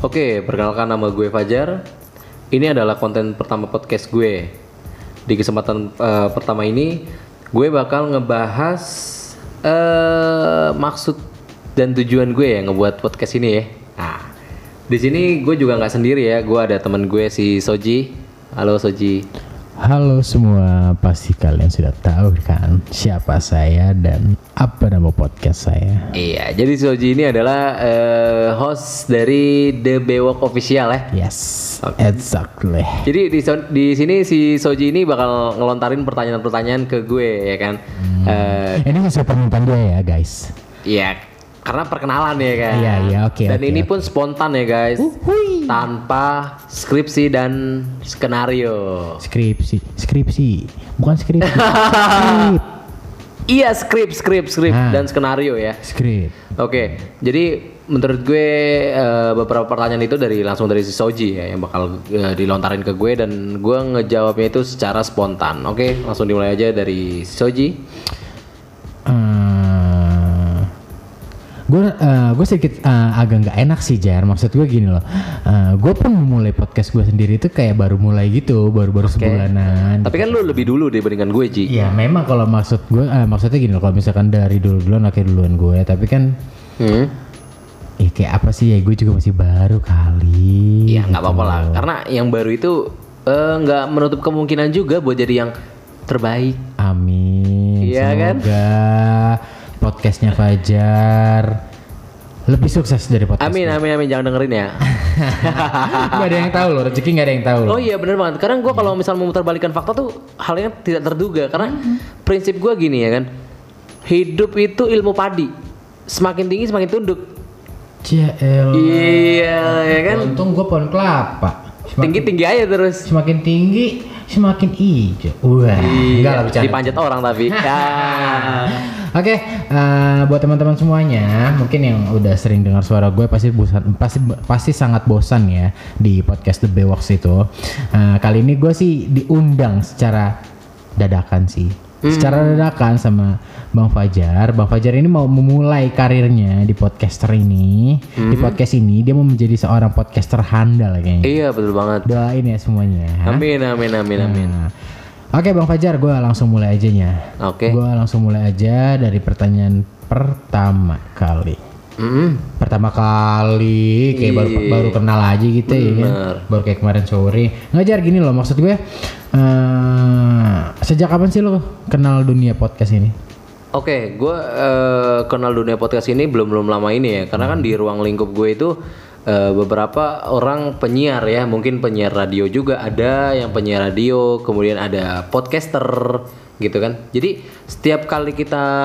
Oke, perkenalkan nama gue Fajar. Ini adalah konten pertama podcast gue. Di kesempatan pertama ini, gue bakal ngebahas maksud dan tujuan gue ya ngebuat podcast ini ya. Nah, di sini gue juga nggak sendiri ya. Gue ada teman gue si Soji. Halo Soji. Halo semua, pasti kalian sudah tahu kan siapa saya dan apa nama podcast saya. Iya, jadi Soji ini adalah host dari The Bewok Official ya. Yes, exactly. Jadi di sini si Soji ini bakal ngelontarin pertanyaan-pertanyaan ke gue ya kan. Ini masih permintaan gue ya guys. Iya, karena perkenalan ya kan. Iya, oke. Dan ini pun spontan ya guys. Tanpa skripsi dan skenario. Skripsi, bukan skripsi. Iya, skrip dan skenario ya. Skrip. Oke, jadi menurut gue beberapa pertanyaan itu langsung dari si Soji ya yang bakal dilontarin ke gue dan gue ngejawabnya itu secara spontan. Oke, langsung dimulai aja dari Soji. Gue sedikit agak nggak enak sih Jar, maksud gue gini loh, gue pun memulai podcast gue sendiri itu kayak baru mulai gitu, baru sebulanan. Tapi kan lu lebih dulu dibandingkan gue Ji. Iya memang kalau maksud gue, maksudnya gini loh, kalau misalkan dari duluan akhir duluan gue, tapi kan ya kayak apa sih ya, gue juga masih baru kali. Iya nggak gitu apa-apa lah, karena yang baru itu nggak menutup kemungkinan juga buat jadi yang terbaik. Amin. Iya kan? Semoga podcastnya Fajar lebih sukses dari podcast. Amin, jangan dengerin ya. Gak ada yang tahu loh, rezeki gak ada yang tahu. Oh iya bener banget. Karena gue kalau misal memutarbalikkan fakta tuh halnya tidak terduga. Karena prinsip gue gini ya kan, hidup itu ilmu padi. Semakin tinggi semakin tunduk. Iya ya kan. Untung gue pohon kelapa. Tinggi aja terus. Semakin tinggi semakin hijau. Wah, enggak lah bercanda. Dipanjat orang tapi. Oke, buat teman-teman semuanya, mungkin yang udah sering dengar suara gue pasti sangat bosan ya di podcast The Bewoks itu. Kali ini gue sih diundang secara dadakan sih. Secara dadakan sama Bang Fajar. Bang Fajar ini mau memulai karirnya di podcaster ini. Di podcast ini dia mau menjadi seorang podcaster handal kayaknya. Iya betul banget. Doain ya semuanya. Amin. Oke Bang Fajar, gue langsung mulai aja nya. Oke. Gue langsung mulai aja dari pertanyaan pertama kali. Pertama kali kayak baru kenal aja gitu ya kan. Baru kayak kemarin sore. Ngajar gini loh, maksud gue sejak kapan sih lo kenal dunia podcast ini? Oke, gue kenal dunia podcast ini belum lama ini ya. Karena kan di ruang lingkup gue itu beberapa orang penyiar ya, mungkin penyiar radio juga ada yang penyiar radio, kemudian ada podcaster gitu kan. Jadi setiap kali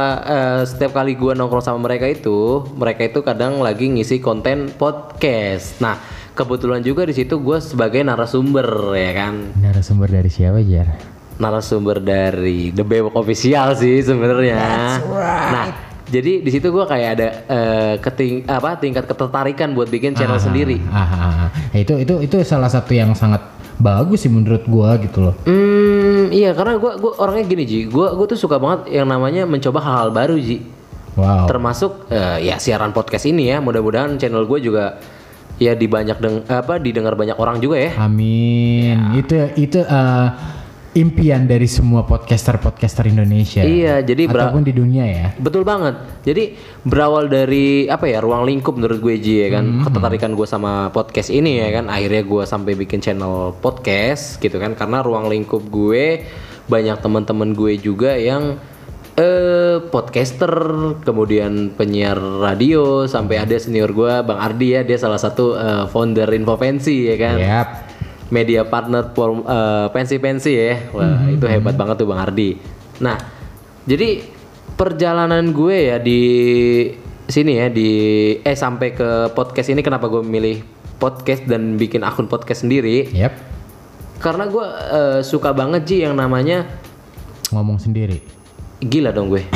gue nongkrong sama mereka itu kadang lagi ngisi konten podcast. Nah kebetulan juga di situ gue sebagai narasumber ya kan. Narasumber dari siapa Jar? Narasumber dari The Bewok Official sih sebenarnya. Right. Nah jadi di situ gue kayak ada tingkat ketertarikan buat bikin channel sendiri. Itu salah satu yang sangat bagus sih menurut gue gitu loh. Iya karena gue orangnya gini Ji, gue tuh suka banget yang namanya mencoba hal-hal baru Ji. Wow. Termasuk ya siaran podcast ini ya, mudah-mudahan channel gue juga ya didengar banyak orang juga ya. Amin. Ya. Itu impian dari semua podcaster Indonesia. Iya, jadi ataupun di dunia ya. Betul banget. Jadi berawal dari ruang lingkup menurut gue Ji ya kan. Ketertarikan gue sama podcast ini ya kan. Akhirnya gue sampai bikin channel podcast gitu kan. Karena ruang lingkup gue banyak teman-teman gue juga yang podcaster, kemudian penyiar radio, sampai ada senior gue Bang Ardi ya, dia salah satu founder Infopensi ya kan. Yap. Media partner pensi ya. Wah, itu hebat banget tuh Bang Ardi. Nah, jadi perjalanan gue ya di sini ya sampai ke podcast ini, kenapa gue milih podcast dan bikin akun podcast sendiri? Yap. Karena gue suka banget Ji yang namanya ngomong sendiri. Gila dong gue.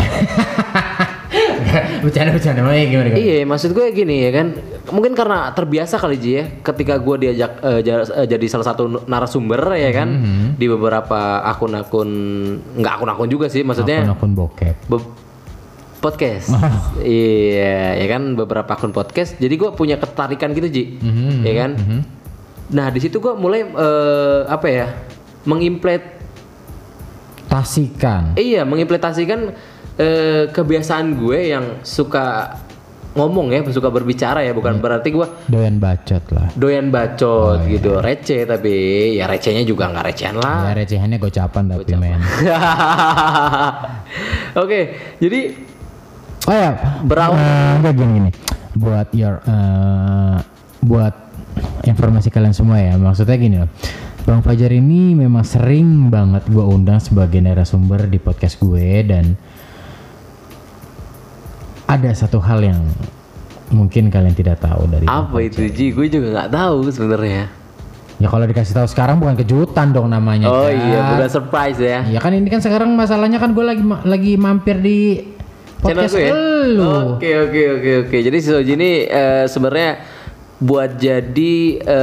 Bercanda gimana? Iya, maksud gue gini ya kan. Mungkin karena terbiasa kali Ji ya, ketika gue diajak jadi salah satu narasumber ya kan, di beberapa akun-akun, nggak akun-akun juga sih, maksudnya akun bokep. podcast. Iya, ya kan beberapa akun podcast. Jadi gue punya ketarikan gitu Ji, ya kan. Nah di situ gue mulai mengimplementasikan kebiasaan gue yang suka ngomong ya, suka berbicara ya, bukan berarti gue doyan bacot gitu, receh, tapi ya recehnya juga nggak recehan lah. Ya recehannya gocapan tapi men. Oke, jadi berawal gini buat informasi kalian semua ya, maksudnya gini loh. Bang Fajar ini memang sering banget gue undang sebagai narasumber di podcast gue, dan ada satu hal yang mungkin kalian tidak tahu dari apa itu Ji, gue juga nggak tahu sebenarnya. Ya kalau dikasih tahu sekarang bukan kejutan dong namanya. Oh kan? iya, bukan surprise ya. Ya kan ini kan sekarang masalahnya kan gue lagi mampir di podcast ya? lu. Oke. Jadi si Soji ini sebenarnya buat jadi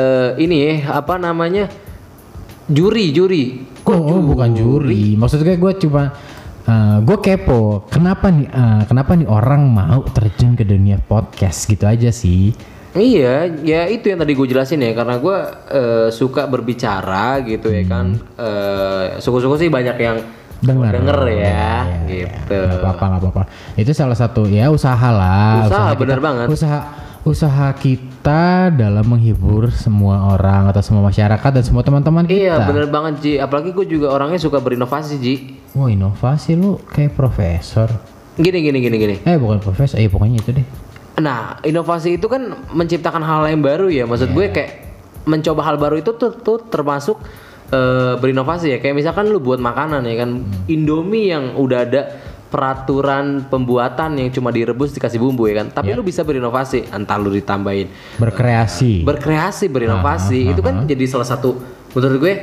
juri. Bukan juri. Maksud gue cuma gue kepo. Kenapa nih orang mau terjun ke dunia podcast gitu aja sih. Iya, ya itu yang tadi gue jelasin ya, karena gue suka berbicara gitu ya kan. Suku-suku sih banyak yang denger ya, gitu. Gak apa-apa. Itu salah satu ya usaha lah. Usaha bener banget. Usaha kita dalam menghibur semua orang atau semua masyarakat dan semua teman-teman kita. Iya bener banget Ji. Apalagi gue juga orangnya suka berinovasi Ji. Wah inovasi, lu kayak profesor. Gini. Bukan profesor, pokoknya itu deh. Nah inovasi itu kan menciptakan hal yang baru ya. Maksud gue kayak mencoba hal baru itu tuh termasuk berinovasi ya. Kayak misalkan lu buat makanan ya kan, Indomie yang udah ada peraturan pembuatan yang cuma direbus dikasih bumbu ya kan, tapi lu bisa berinovasi, entah lu ditambahin berkreasi berinovasi itu kan jadi salah satu menurut gue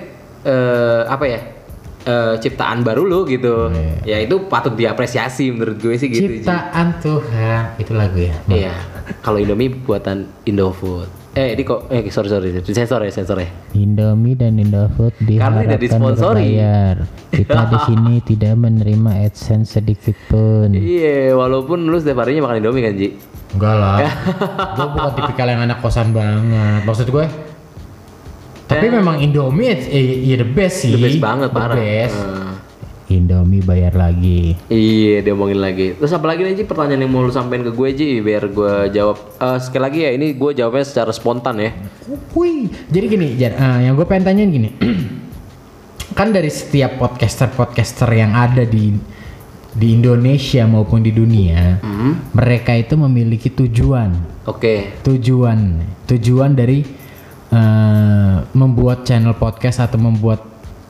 ciptaan baru lu gitu. Ya itu patut diapresiasi menurut gue sih gitu. Ciptaan Tuhan itu lagu ya. Iya. Kalau Indomie buatan Indofood. Sorry sensor ya. Indomie dan Indofood diharapkan berbayar. Kita di sini tidak menerima AdSense sedikit pun. Iya, walaupun lu setiap harinya makan Indomie kan, Ji? Enggak lah. Gue bukan tipikal yang anak kosan banget. Maksud gue. Tapi memang Indomie the best sih. The best banget, parah. Indomie bayar lagi. Iya, diomongin lagi. Terus apa lagi nih Ji, pertanyaan yang mau lu sampein ke gue Ji, biar gue jawab. Sekali lagi ya, ini gue jawabnya secara spontan ya. Wih, jadi gini Jar, yang gue pengen tanyain gini. Kan dari setiap podcaster yang ada di Indonesia maupun di dunia, mereka itu memiliki tujuan. Oke. Tujuan dari membuat channel podcast atau membuat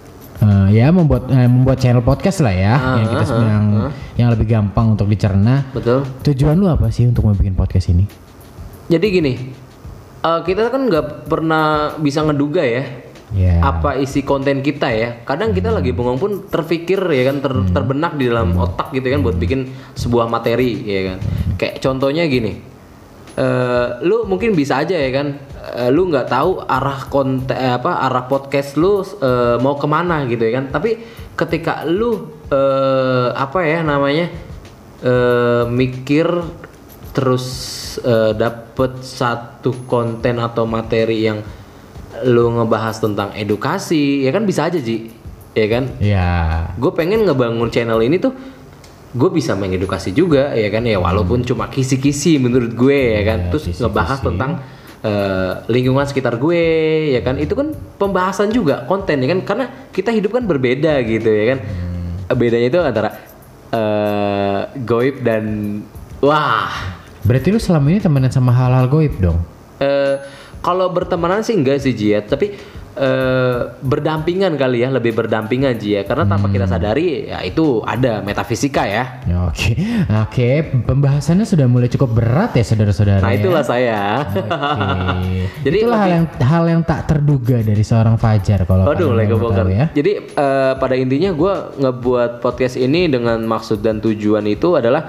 channel podcast lah ya, yang kita yang lebih gampang untuk dicerna. Betul. Tujuan lu apa sih untuk membuat podcast ini? Jadi gini, kita kan nggak pernah bisa ngeduga ya, apa isi konten kita ya. Kadang kita lagi bengong pun terpikir ya kan, terbenak di dalam otak gitu kan buat bikin sebuah materi ya kan. Kayak contohnya gini, lu mungkin bisa aja ya kan. Lu nggak tahu arah podcast lu mau kemana gitu ya kan, tapi ketika lu mikir terus dapet satu konten atau materi yang lu ngebahas tentang edukasi ya kan, bisa aja Ji ya kan. Gue pengen ngebangun channel ini tuh gue bisa mengedukasi juga ya kan, ya walaupun cuma kisi-kisi menurut gue ya kan. Terus ngebahas tentang lingkungan sekitar gue ya kan, itu kan pembahasan juga konten ya kan, karena kita hidup kan berbeda gitu ya kan. Bedanya itu antara goib dan berarti lu selama ini temenan sama hal-hal goib dong? Kalau bertemanan sih enggak sih Ji, tapi berdampingan kali ya, lebih berdampingan Ji ya, karena tanpa kita sadari ya itu ada metafisika ya. Oke. Pembahasannya sudah mulai cukup berat ya saudara-saudara. Nah itulah saya. Jadi itulah hal yang tak terduga dari seorang Fajar kalau mulai kebongkar ya. Jadi pada intinya gue ngebuat podcast ini dengan maksud dan tujuan itu adalah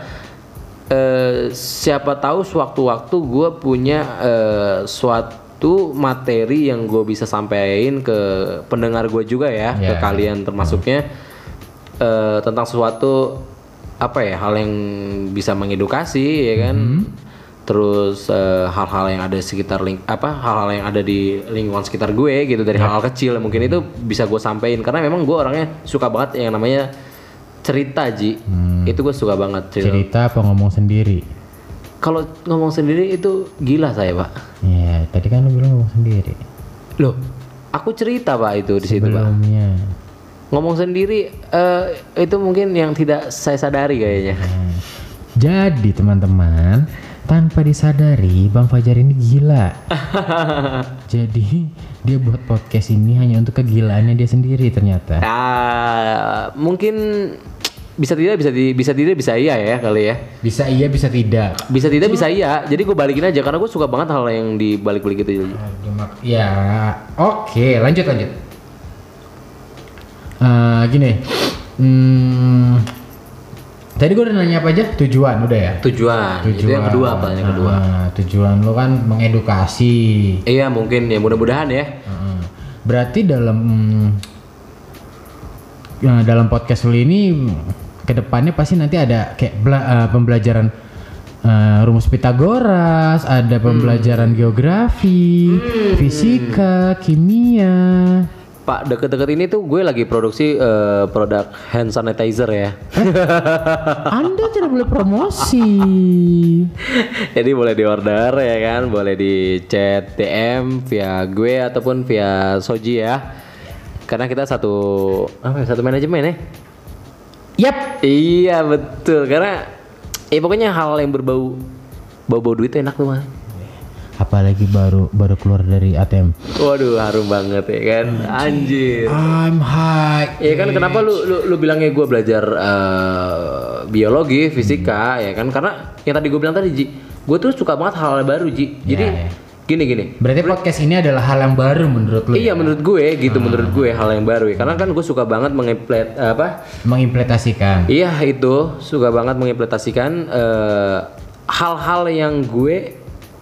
siapa tahu sewaktu-waktu gue punya suatu materi yang gue bisa sampaikan ke pendengar gue juga ya, ke kalian termasuknya tentang suatu apa ya, hal yang bisa mengedukasi ya kan. Terus hal-hal yang ada sekitar hal-hal yang ada di lingkungan sekitar gue gitu, dari hal-hal kecil mungkin itu bisa gue sampein, karena memang gue orangnya suka banget yang namanya cerita, Ji. Itu gue suka banget cerita apa ngomong sendiri? Kalau ngomong sendiri itu gila saya, Pak. Ya, tadi kan lu bilang ngomong sendiri. Loh, aku cerita, Pak, itu di situ, Pak. Sebelumnya. Ngomong sendiri itu mungkin yang tidak saya sadari kayaknya. Jadi teman-teman, tanpa disadari Bang Fajar ini gila. Jadi dia buat podcast ini hanya untuk kegilaannya dia sendiri ternyata. Mungkin bisa tidak bisa iya ya kali ya. Bisa iya bisa tidak. Bisa tidak bisa iya. Jadi gue balikin aja karena gue suka banget hal yang dibalik-balik itu. Ya, oke, lanjut. Gini. Tadi gue udah nanya apa aja? Tujuan udah ya? Tujuan. Itu yang kedua, apa yang kedua? Tujuan lo kan mengedukasi. Iya, mungkin ya, mudah-mudahan ya. Berarti dalam podcast lo ini kedepannya pasti nanti ada kayak pembelajaran rumus Pitagoras, ada pembelajaran geografi, fisika, kimia. Pak, deket-deket ini tuh gue lagi produksi produk hand sanitizer ya. Anda tidak boleh promosi. Jadi boleh di order ya kan, boleh di chat DM via gue ataupun via Soji ya. Karena kita satu manajemen ya. Yap. Iya betul, karena pokoknya hal yang berbau duit itu enak tuh, Mas. Apalagi baru keluar dari ATM. Waduh, harum banget ya kan. Anjir. I'm high. Ya kan, kenapa lu bilangnya gue belajar biologi, fisika ya kan? Karena yang tadi gue bilang tadi, Ji, gue tuh suka banget hal baru, Ji. Jadi gini. Berarti podcast ini adalah hal yang baru menurut lu? Iya, menurut gue gitu, menurut gue hal yang baru ya. Karena kan gue suka banget mengimplementasikan. Iya, itu suka banget mengimplementasikan hal-hal yang gue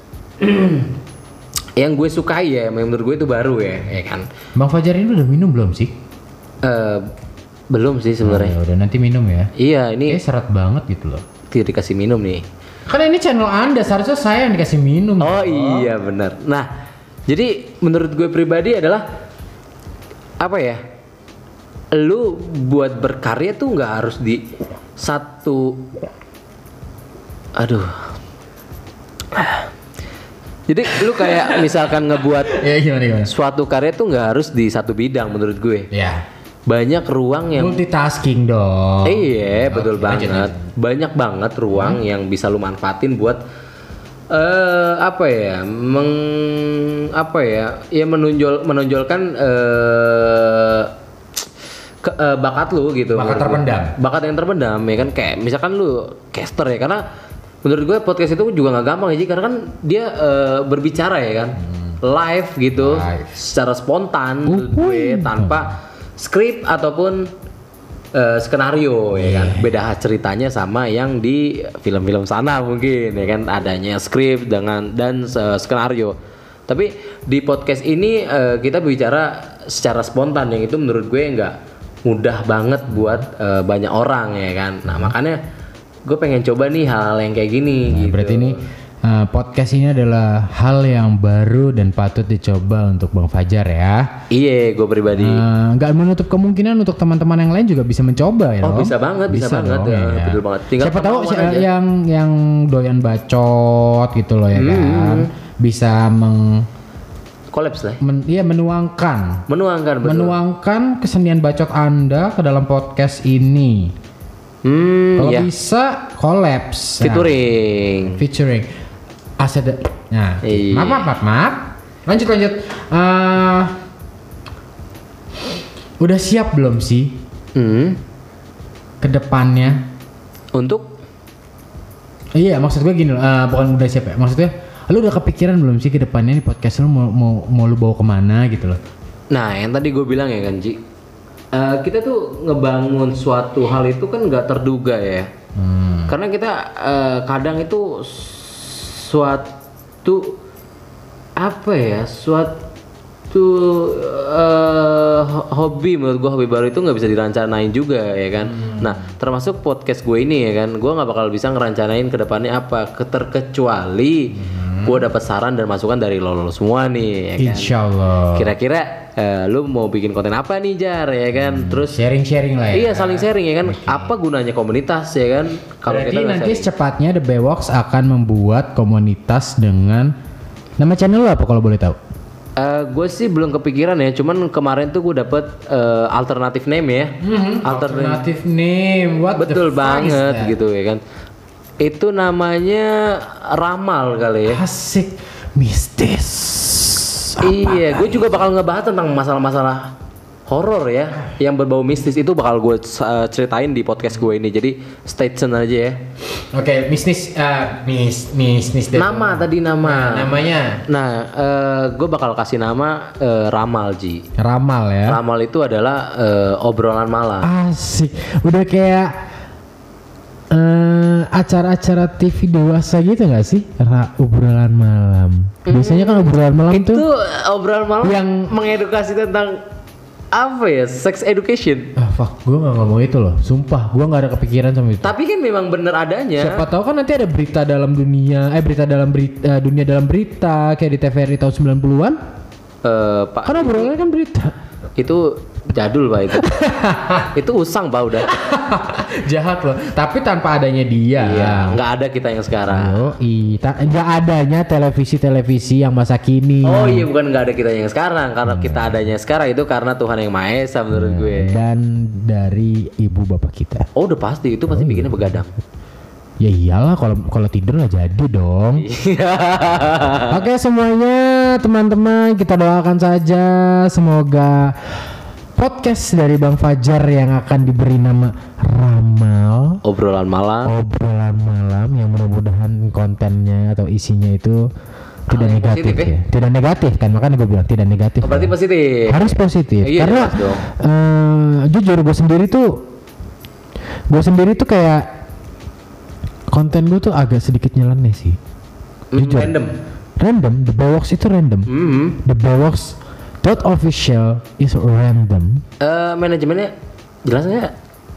sukai ya, menurut gue itu baru ya kan. Bang Fajar ini udah minum belum sih? Belum sih sebenarnya. Udah nanti minum ya. Iya, ini serat banget gitu loh. Tidak dikasih minum nih. Kan ini channel Anda, seharusnya saya yang dikasih minum. Oh iya benar. Nah, jadi menurut gue pribadi adalah apa ya? Lu buat berkarya tuh nggak harus di satu. Aduh. Jadi lu kayak misalkan ngebuat gimana? suatu karya tuh nggak harus di satu bidang menurut gue. Ya. Banyak ruang yang multitasking dong. Iya, betul banget. Lanjut. Banyak banget ruang yang bisa lu manfaatin buat menonjolkan bakat lu gitu. Bakat yang terpendam ya kan, kayak misalkan lu caster ya, karena menurut gue podcast itu juga nggak gampang ya, karena kan dia berbicara ya kan, live gitu, secara spontan menurut gue, tanpa skrip ataupun skenario ya kan. Beda ceritanya sama yang di film-film sana mungkin ya kan, adanya skrip dan skenario. Tapi di podcast ini kita bicara secara spontan, yang itu menurut gue nggak mudah banget buat banyak orang ya kan. Nah makanya gue pengen coba nih hal yang kayak gini. Gitu. Berarti ini podcast ini adalah hal yang baru dan patut dicoba untuk Bang Fajar ya. Iya, gue pribadi. Nggak menutup kemungkinan untuk teman-teman yang lain juga bisa mencoba ya. Oh bisa banget dong, ya. Betul banget. Tinggal siapa tahu yang doyan bacot gitu loh ya kan, bisa kolaps lah. Menuangkan kesenian bacot Anda ke dalam podcast ini. Kalau bisa kolaps. Featuring. Nah, maaf. Lanjut. Udah siap belum sih? Kedepannya untuk? Iya, maksud gue gini, bukan udah siap ya. Maksudnya, lu udah kepikiran belum sih kedepannya nih podcast lu mau lu bawa kemana gitu loh? Nah, yang tadi gue bilang ya kan, Ji, kita tuh ngebangun suatu hal itu kan nggak terduga ya. Karena kita kadang itu suatu hobi menurut gue, hobi baru itu nggak bisa dirancanain juga ya kan. Nah termasuk podcast gue ini ya kan, gue nggak bakal bisa ngerencanain kedepannya apa, terkecuali gue dapat saran dan masukan dari lo semua nih ya kan. Insya Allah. Kira-kira lu mau bikin konten apa nih Jar ya kan? Terus Sharing-sharing lah ya. iya saling sharing ya kan. Apa gunanya komunitas ya kan? Berarti kita nggak nanti sharing. secepatnya The Bewoks akan membuat komunitas dengan nama channel lo apa kalau boleh tahu? Gue sih belum kepikiran ya, cuman kemarin tuh gue dapet alternatif name ya. Alternative name, what Betul the fuck is banget that? gitu ya kan. Itu namanya Ramal kali ya. Asik, mistis. Iya, gue juga bakal ngebahas tentang masalah-masalah horor ya, yang berbau mistis itu bakal gue ceritain di podcast gue ini. Jadi stay tune aja ya. Oke, mistis, mistis. Nama tadi nama. Namanya Nah, gue bakal kasih nama Ramal Ji. Ramal ya. Ramal itu adalah obrolan malam. Asik, udah kayak acara-acara TV dewasa gitu nggak sih? Obrolan malam. Biasanya kan obrolan malam Itu tuh obrolan malam yang yang- mengedukasi tentang apa ya? Sex education. fuck, gue nggak ngomong itu loh. Sumpah, gue nggak ada kepikiran sama itu. Tapi kan memang bener adanya. Siapa tahu kan nanti ada berita dalam dunia, dunia dalam berita kayak di TVRI tahun 90-an. Pak Kan obrolannya kan berita. itu jadul Pak itu. Itu usang Pak udah. Jahat loh. Tapi tanpa adanya dia. Iya, nggak ada kita yang sekarang. Nggak adanya televisi yang masa kini. Oh iya, bukan nggak ada kita yang sekarang. Karena kita adanya sekarang itu karena Tuhan yang Maha Esa menurut gue. Dan dari ibu bapak kita. Oh udah pasti, itu pasti bikinnya begadang. Ya iyalah, kalau tidur nggak jadi dong. Iya. Oke semuanya teman-teman, kita doakan saja semoga podcast dari Bang Fajar yang akan diberi nama Ramal, Obrolan malam. obrolan malam, yang mudah-mudahan kontennya atau isinya itu tidak yang negatif positif ya? ya. Tidak negatif kan, makanya gue bilang tidak negatif. Oh, berarti ya. positif. Harus positif. Iya, Karena jelas dong. jujur gue sendiri tuh kayak konten gue tuh agak sedikit nyeleneh sih. Jujur. Random, The Bewoks itu random. The Bewoks .official is random. Manajemennya jelas nggak?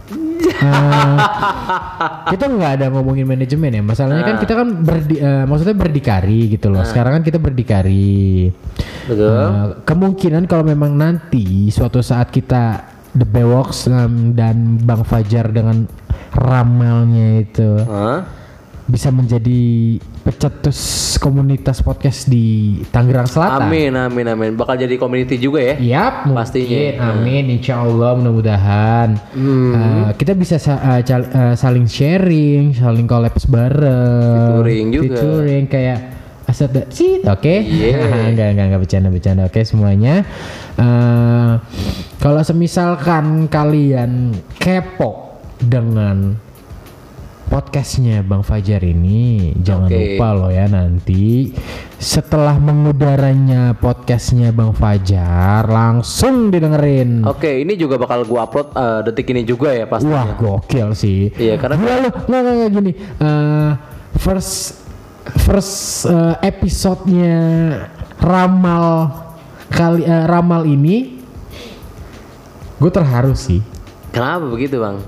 Kita nggak ada ngomongin manajemen ya. Masalahnya kan kita kan maksudnya berdikari gitu loh. Sekarang kan kita berdikari. Betul. Kemungkinan kalau memang nanti suatu saat kita The Bewoks dan Bang Fajar dengan ramalnya itu bisa menjadi pecetus komunitas podcast di Tangerang Selatan. Amin. Bakal jadi community juga ya? Yap, Pastinya. Amin, insya Allah mudah-mudahan. Kita bisa saling sharing, saling collabs bareng. Featuring juga. Featuring kayak Asad sih, oke? Yeah. Enggak bercanda. Oke semuanya. Kalau semisalkan kalian kepo dengan podcastnya Bang Fajar ini, jangan lupa loh ya, nanti setelah mengudaranya podcastnya Bang Fajar langsung didengerin. Oke, ini juga bakal gua upload detik ini juga ya pastinya. Wah gokil sih. Iya, karena nggak gini. First episode-nya Ramal ini gue terharu sih. Kenapa begitu Bang?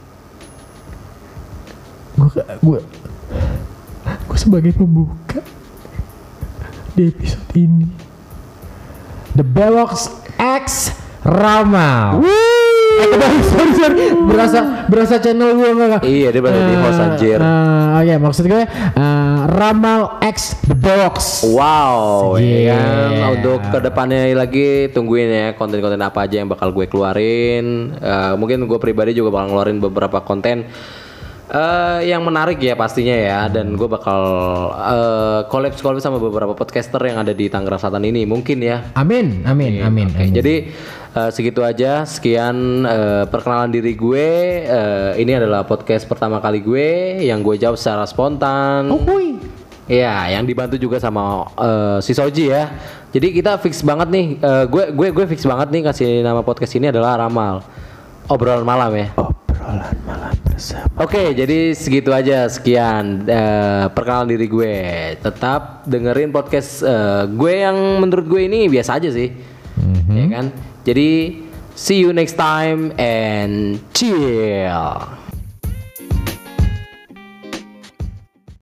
Gue sebagai pembuka di episode ini, The Bewoks X Ramal. Sorry. Berasa channel gue enggak? Iya, dia berada di host anjir. Oke, maksud gue Ramal X The Bewoks. Wow, ya kan? Yeah. Untuk kedepannya lagi tungguin ya konten-konten apa aja yang bakal gue keluarin. Mungkin gue pribadi juga bakal ngeluarin beberapa konten yang menarik ya pastinya ya, dan gue bakal collab sama beberapa podcaster yang ada di Tangerang Selatan ini mungkin ya. Amin. Oke, jadi segitu aja, sekian perkenalan diri gue. Ini adalah podcast pertama kali gue yang gue jawab secara spontan. Iya, yang dibantu juga sama si Soji ya. Jadi kita fix banget nih, gue fix banget nih kasih nama podcast ini adalah Ramal, obrolan malam ya. Obrolan malam bersama. Oke, jadi segitu aja, sekian perkenalan diri gue. Tetap dengerin podcast gue yang menurut gue ini biasa aja sih. ya kan? Jadi see you next time and chill.